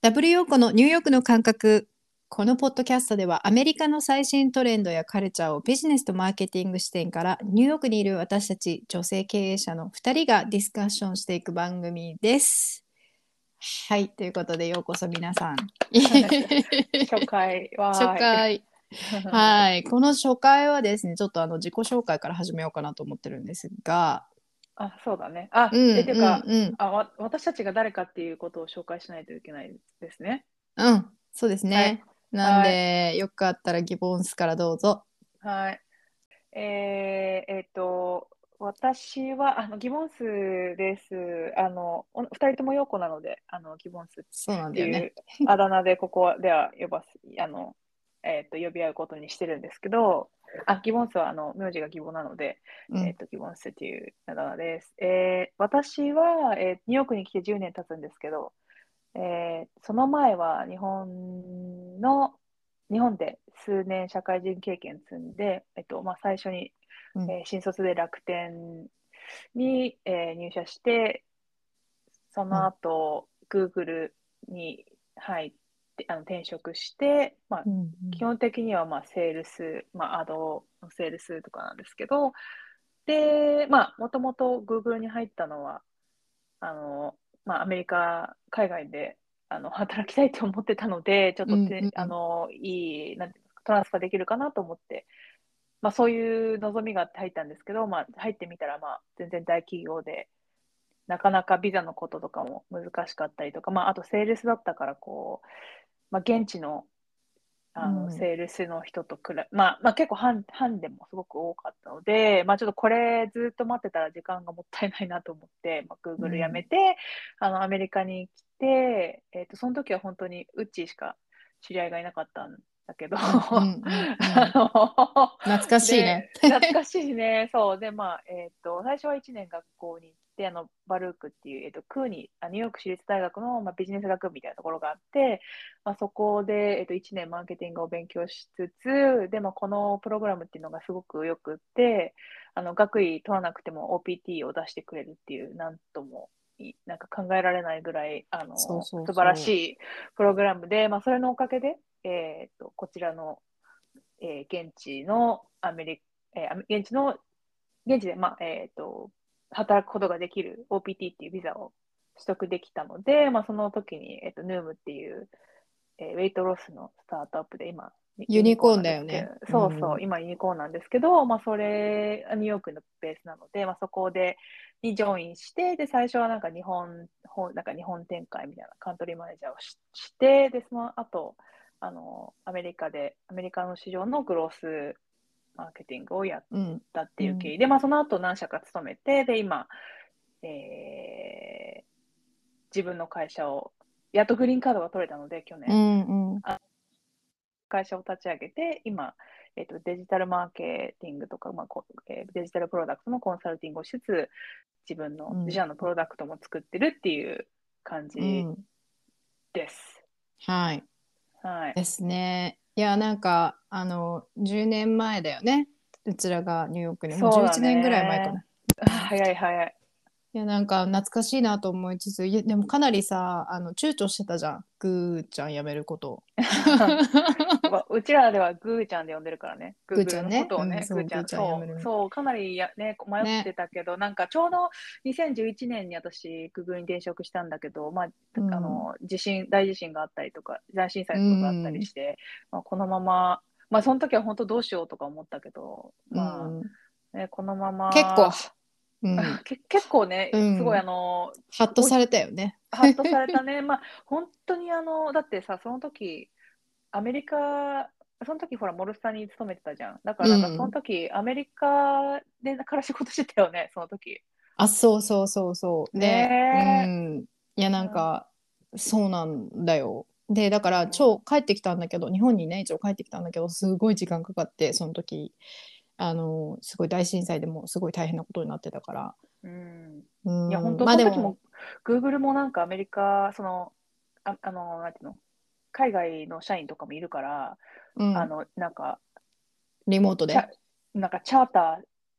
W ヨーコのニューヨークの感覚。このポッドキャストではアメリカの最新トレンドやカルチャーをビジネスとマーケティング視点からニューヨークにいる私たち女性経営者の2人がディスカッションしていく番組です。はい、ということでようこそ皆さん。 初回初はーい。 回。はい、この初回はですね、ちょっと自己紹介から始めようかなと思ってるんですが、 あ、そうだね。 うんうてか、 んうん、 私たちが誰かっていうことを紹介しないといけないですね。 うん、そうですはい。 ね。なんはい。 で、よかったらギボンスからどうぞ。 はい。私は、ギボンスです。二人とも陽子なので、ギボンスっそうなんだよね。 ていうあだ名で、ここでは呼び合うことにしてるんですけど、ギボンスは、名字が義母なので、 うん。 ギボンスっていうあだ名です。私は、ニューヨークに来て10年経つんですけど、その前は日本で数年社会人経験積んで、最初に、 うん。 新卒で楽天に、入社して、そのうん。 後、Google に入って、転職して、 うん。 基本的には、セールス、アドのセールスとかなんですけど、で、もともと Google に入ったのは、アメリカ、海外で、働きたいと思ってたので、ちょっうん。 とうん。 なんていうか、トランスファーできるかなと思って、そういう望みがあって入ったんですけど、入ってみたら、全然大企業で、なかなかビザのこととかも難しかったりとか、あとセールスだったから、現地のうん。 セールスの人と結構ハンデもすごく多かったので、ちょっとこれずっと待ってたら時間がもったいないなと思って、 う Google 辞めん。 て、アメリカに来て、その時は本当にウッチーしか知り合いがいなかったんだけど、 うん。うん。うん。懐かしいね。 懐かしいね。そう。で、最初は1年学校に行って、バルークっていう、クーに、ニューヨーク市立大学の、ビジネス学部みたいなところがあって、そこで、1年マーケティングを勉強しつつ、で、このプログラムっていうのがすごくよくって、学位取らなくても OPT を出してくれるっていう、なんともなんか考えられないぐらい、 そうそう素晴らしそいプログラムで、それのおかげで、こちらの、現地のアメリカ、現地で、働くことができる OPT っていうビザを取得できたので、その時に、ヌームっていう、ウェイトロスのスタートアップで今、 う。ユユニコーンニコーンなんですけど、 だよね。うそうそう、 ん。 今ユニコーンなんですけど、それ、ニューヨークのベースなので、そこで、にジョインして、で、最初はなんかなんか日本展開みたいなカントリーマネージャーをして、で、その後、アメリカの市場のグロースマーケティングをやっうん。 たってうん。 いう経緯で、その後何社か勤めて、で、今、えー自分の会社を、やっとグリーンカードが取れたので、去年、 うん。うん。 会社を立ち上げて、今、デジタルマーケティングとか、デジタルプロダクトのコンサルティングをしつつ、自分の自社のプロダクトも作ってるっていう感じうん。 です。 はい。 はい。 ですね。いや、なんか、10年前だよね。うちらがニューヨークに。もう11 そうだ年ぐらい前かな。 ね。早い早い。 いや、なんか懐かしいなと思いつつ、いや、でもかなりさ、躊躇してたじゃん。ぐーちゃん辞めることを。 うちらではグーちゃんで呼んでるからね。 ぐーち Google のゃんね。うん、 ことをね、 そう、 グーちゃん。 ぐーちゃん辞める。 そう、かなり迷ってね。 たけど、なんかちょうど2011年に私、Google に転職したんだけど、 うん。 大地震があったりとか、大震う災とかがあったりん。 して、このまま、その時は本当どうしようとか思ったけど、 うん。 このま結構、 ま、 うん。 結構ね、すごいうん。ハッとされたよね。 ハッとされたね。本当にだってさ、その時、アメリカ、その時ほら、モルスタに勤めてたじゃん。だからうなんか、そのん。 時、アメリカでから仕事してたよね、その時。 あ、そうそうそうそう。で、うねん。いや、 え。 なんか、そうなんだよ。で、だから、 そ帰ってきたんだけど、日本にね、一応帰ってきたんだけど、すごい時間かかって、その時、すごい大震災でもすごい大変なことになってたから。 うん。 ういや、本ん。 当、 まあでも、 その時も、Google もなんかアメリカ、なんていうの、海外の社員とかもいるから、 うん。 なんか、 リモートで。 チャ、なんかチャーター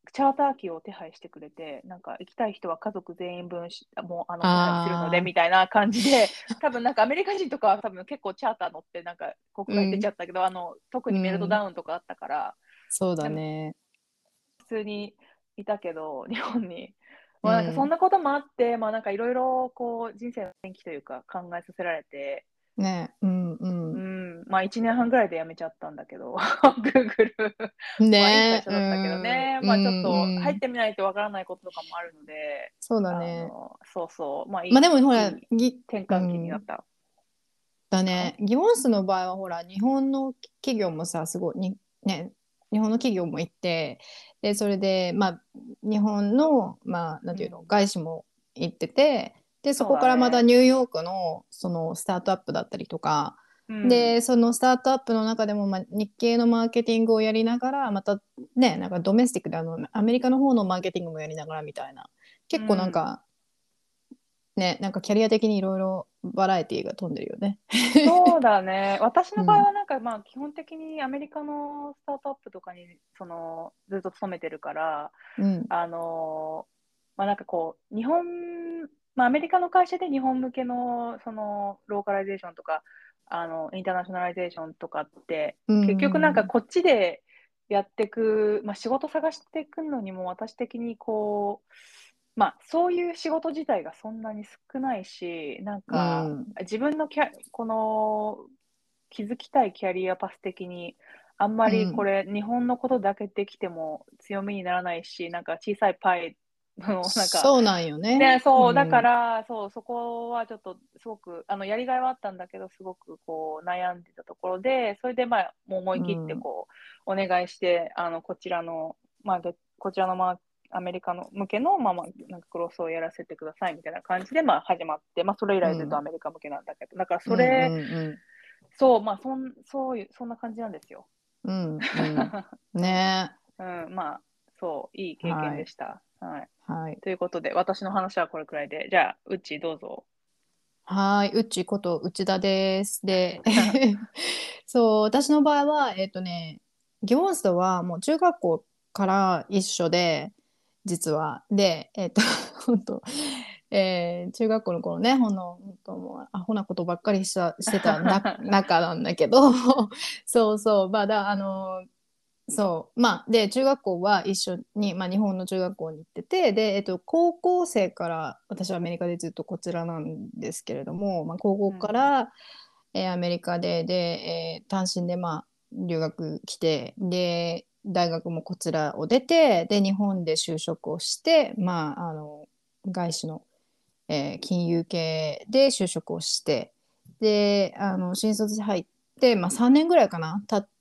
チャーター機を手配してくれて、なんか行きたい人は家族全員分もう手配するのでああ、 みたいな感じで、多分なんかアメリカ人とかは多分結構チャーター乗ってなんか国外出ちうん、 ゃったけど、特にメルトうん、 ダウンとかあったから、 そうだでもね。 普通にいたけど、日本に。まあなんかそんうん、 なこともあって、まあなんかいろいろこう人生の転機というか考えさせられて、 ね、うん、ううん。 ん、まあ1年半ぐらいで辞めちゃったんだけど、Google。まあいい会ね、う社だったけどん、 ね、 うまあちょっとん、うん。 入ってみないとわからないこととかもあるので、 そうだね。 そうそう、まあまあでもほら、 いい転換期になうん、 った。はい。 だね。ギボンスの場合はほら、日本の企業もさ、すごいね、日本の企業も行って、で、それで、まあ、日本の、まあ、なんていうの、 うん。 外資も行ってて、で、そそうこからまただね。 ニューヨークの、その、スタートアップだったりとか、 うん。 で、そのスタートアップの中でも、まあ、日系のマーケティングをやりながら、またね、なんかドメスティックで、アメリカの方のマーケティングもやりながらみたいな、結構なんうん。 か、ね、なんかキャリア的にいろいろバラエティーが飛んでるよね。 そうだね。私うん。 の場合はなんかまあ基本的にアメリカのスタートアップとかにずっと勤めてるから、 うん。 まあなんかこう、まあアメリカの会社で日本向けのローカライゼーションとか、インターナショナライゼーションとかって、 う結局なんかん。 こっちでやっていく、まあ仕事探していくのにも私的にこう、まあそういう仕事自体がそんなに少ないし、なんうかん。 自分のこの築きたいキャリアパス的に、あんまりこうん。 れ日本のことだけできても強みにならないし、なんか小さいパイの、なんか、 そうなんよね。 ね、そう、だかうん。 ら、そう、そこはちょっとすごく、やりがいはあったんだけど、すごくこう悩んでたところで、それでまあ、もう思い切ってうん。 こう、お願いして、こちらのアメリカの向けの、なんかクロスをやらせてくださいみたいな感じで、まあ、始まって、まあ、それ以来ずっとアうん。 メリカ向けなんだけど、だからうん。うそれ、 ん。うん。 そう、まあ、そんな感じなんですよ。 うん。うん。 うん。 ね。 うん、まあ、そう、いい経験はい。 でした。はい。 はい。 ということで、私の話はこれくらいで、じゃあ、うっちどうぞ。 はい。うちこと内田です。で、そう、私の場合は、ギボンスとはもう中学校から一緒で、実は。で、本当、中学校の頃ね、本当もうアホなことばっかりしてた仲なんだけど、そうそう、まあそう、まあ、で、中学校は一緒に、まあ、日本の中学校に行ってて、で、高校生から私はアメリカでずっとこちらなんですけれども、まあ、高校かうん、 ら、アメリカで、単身で、まあ、留学来て、で、大学もこちらを出て、で、日本で就職をして、まあ、外資の、金融系で就職をして、で、新卒で入って、まあ、3年ぐらいかな、経って、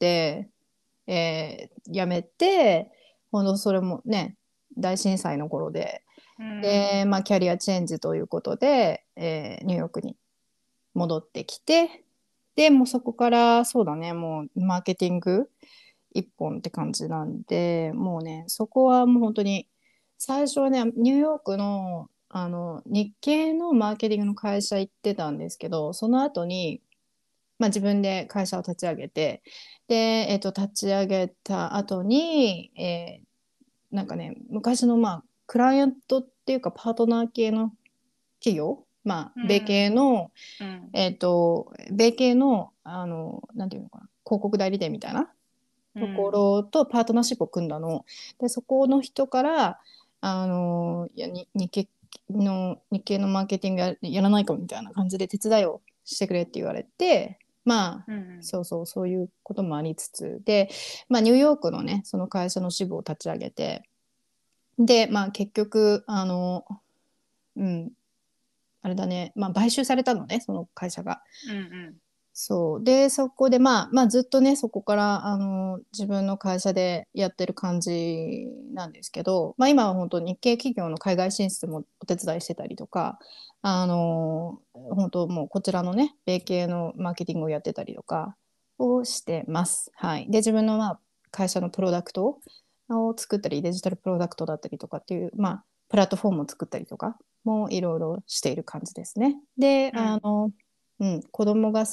辞めて、ほんとそれもね、大震災の頃で、 うん、 で、まあ、キャリアチェンジということで、ニューヨークに戻ってきて、で、もうそこから、そうだね、もうマーケティング一本って感じなんで、もうね、そこはもう本当に、最初はね、ニューヨークの、日系のマーケティングの会社行ってたんですけど、その後に、まあ、自分で会社を立ち上げて、で、立ち上げた後に、なんかね、昔の、まあ、クライアントっていうか、パートナー系の企業、まあ、 うん、うん、 米系の、なんていうのかな、広告代理店みたいなとこうん、 ろとパートナーシップを組んだの。で、そこの人から、いや、日系のマーケティングやらないかみたいな感じで手伝いをしてくれって言われて、まあ、 うん、 そうそう、そういうこともありつつ、で、まあ、ニューヨークのね、その会社の支部を立ち上げて、で、まあ、結局、うん、あれだね、まあ、買収されたのね、その会社が。 うん、 そうでそこでまあずっとねそこから自分の会社でやってる感じなんですけど、まあ、今は本当に日系企業の海外進出もお手伝いしてたりとか本当もうこちらのね米系のマーケティングをやってたりとかをしてます。はい、で自分の会社のプロダクトを作ったりデジタルプロダクトだったりとかっていう、プラットフォームを作ったりとかもいろいろしている感じですね。でうん、 うん、子供が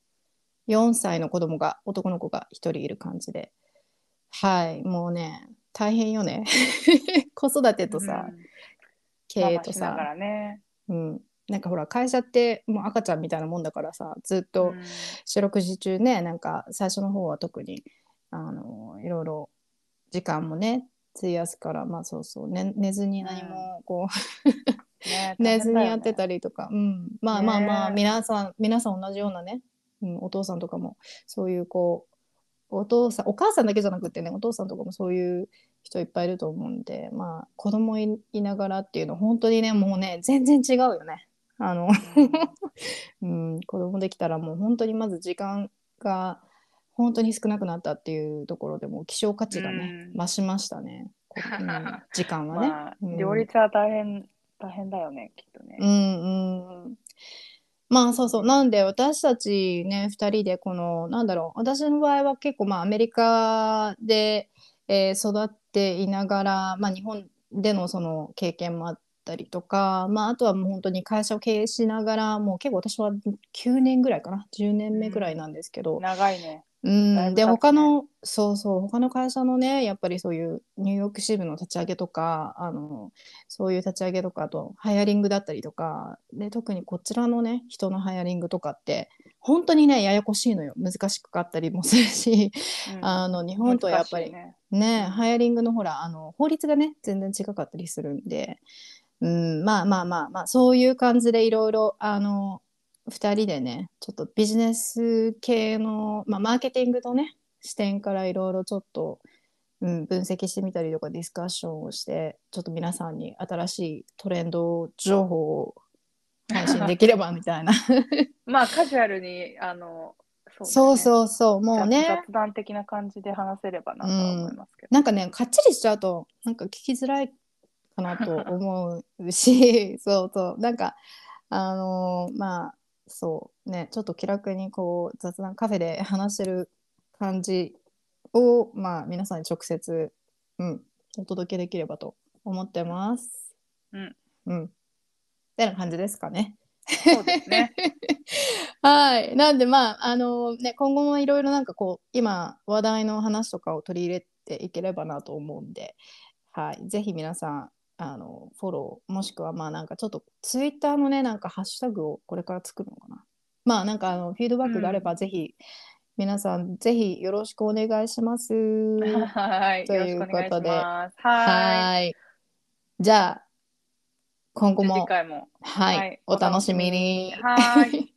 4歳の子供が、男の子が1人いる感じで。はい、もうね、 大変よね。子育てとさ、経営ママとさ、 しながらね。 なんかほら会社ってもう赤ちゃんみたいなもんだからさ、ずっうとん。 四六時中ね、なんか最初の方は特にいろいろ時間もね費やすから、まあそうそう、寝ずに何うん。 もこね、 う大寝ずにやって変だよね。 たりとか、まあまあまあね皆さん同じようなね、お父さんとかもそういうこうお父さんお母さんだけじゃなくてね、お父さんとかもそういう人いっぱいいると思うんで、まあ子供いながらっていうの本当にね、もうね全然違うよね。あのうん。 子供できたらもう本当にまず時間が本当に少なくなったっていうところでも希少価う値がねん。 増しましたね。時間はね。 まあ、両立は大変だよね、きっとね。 まあそうそう。なね。 んで私たちね、2人でこの、なんだろう、私の場合は結構まあアメリカで、育っていながら、まあ日本でのその経験もあったりとか、まああとはもう本当に会社を経営しながら、もう結構私は9年ぐらいかな、10年目ぐらいうん。 なんですけど、 長いね。だいぶで、 経つね。 他の会社のね、やっぱりそういうニューヨーク支部の立ち上げとか、そういう立ち上げとか、あと、ハイアリングだったりとか、で、特にこちらのね、人のハイアリングとかって、本当にね、ややこしいのよ。難しかったりもするし、 うん。 日本とや難っぱり、 しいね。うね、ハイん。 アリングのほら、法律がね、全然違かったりするんで、まあまあまあまあ、そういう感じでいろいろ、2人でね、ちょっとビジネス系の、まあ、マーケティングのね、視点からいろいろちょっと、分析してみたりとかディスカッションをして、ちょっと皆さんに新しいトレンド情報を配信できればみたいな。 まあ、カジュアルに、そうだよそうね。 そうそう、もうね、 雑談的な感じで話せればうなとは思いん、 ますけど。 なんかね、かっちりしちゃうと、なんか聞きづらいかなと思うし、そうそう、なんか、まあ、そうね、ちょっと気楽にこう雑談カフェで話してる感じを、まあ、皆さんに直接、お届けできればと思ってます。 うん。 うん。ってな感じですかね。 そうですね。 はい。なんで、まあ、ね、今後もいろいろなんかこう、今話題の話とかを取り入れていければなと思うんで、はい。ぜひ皆さん、フォロー、もしくはまあなんかちょっとツイッターのね、なんかハッシュタグをこれから作るのかな。まあなんかフィードバックがあれうん。 ばぜひ皆さんぜひよろしくお願いします。 はい。よろしというくお願いしことで、 ます。はい。 はい。じゃあ今後じゃあ次も、 回も、 はい、 はい、 おお楽し楽しみみに。 に。 はい。